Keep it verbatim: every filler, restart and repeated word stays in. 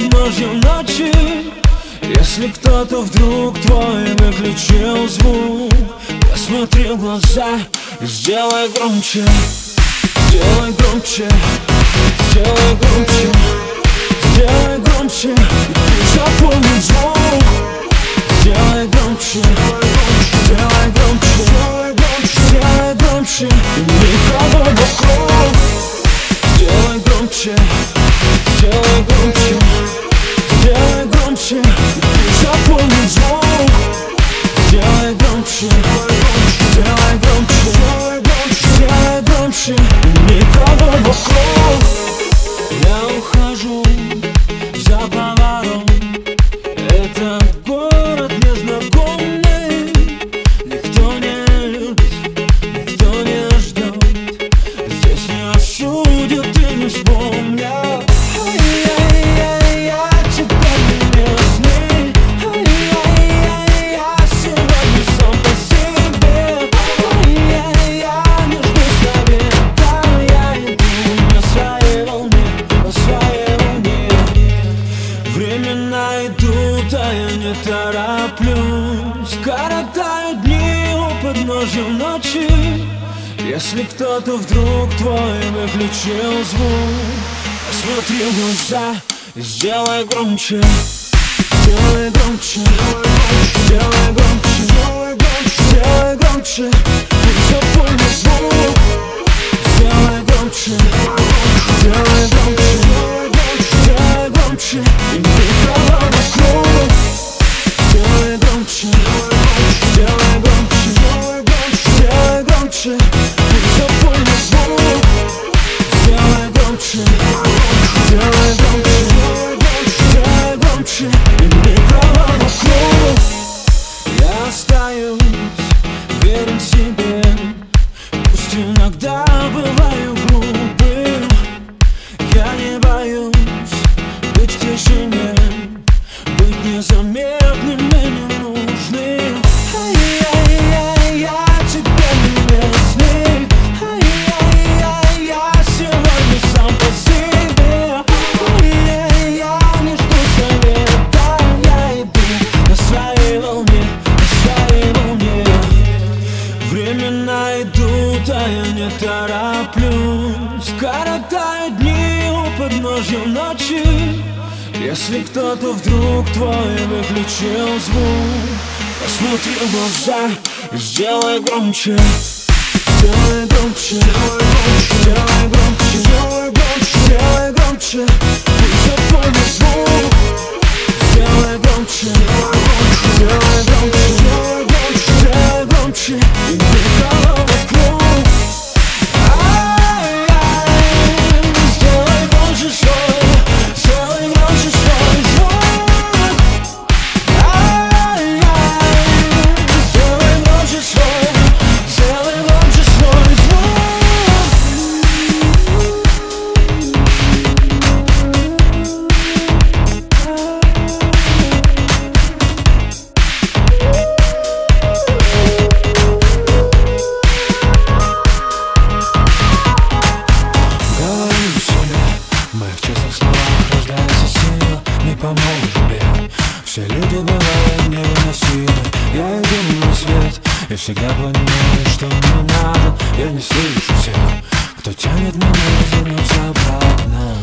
подножьем ночи. Если кто-то вдруг твой выключил звук, посмотри в глаза и сделай громче. Сделай громче, сделай громче, сделай громче, и запомни звук. Сделай громче, сделай громче, сделай громче, и никого вокруг. Сделай громче, сделай громче, сделай громче, и запомни звук. Сделай громче, сделай громче, сделай громче, и никого вокруг. Я ухожу за поворот, этот город незнакомый. Никто не любит, никто не ждет. Здесь не осудят и не вспомнят. Ай-яй-яй, я тебя не местный. Ай-яй-яй, я сегодня сам по себе. Ай-яй, я не жду совета, я иду на своей волне, по своей волне. Времена идут, а я не тороплюсь. Коротаю дни у подножья ночи. Если кто-то вдруг твой выключил звук, посмотри в глаза и сделай громче. Сделай громче, сделай громче, сделай громче, и запомни звук. Сделай громче, сделай громче, сделай громче, и никого вокруг. Сделай громче, сделай громче, сделай громче, и запомни звук. Сделай громче, сделай громче, сделай громче, и никого вокруг. Я остаюсь верен себе, пусть иногда бываю глупым. Я не боюсь быть в тишине, быть незаметным и ненужным. Ай-яй-яй, я тебя не местный. Ай-яй-яй, я сегодня сам по себе. Ай-яй, я не жду совета, я иду на своей волне, на своей волне. Времена идут, а я не тороплюсь. Коротаю дни у подножья ночи. Если кто-то вдруг твой выключил звук, посмотри в глаза и сделай громче. Сделай громче, сделай громче, сделай громче, и запомни звук. Сделай громче, сделай громче, сделай громче, и никого вокруг. Все люди бывают невыносимы. Я иду на свет и всегда понимаю, что мне надо. Я не слышу всех, кто тянет меня вернуться обратно.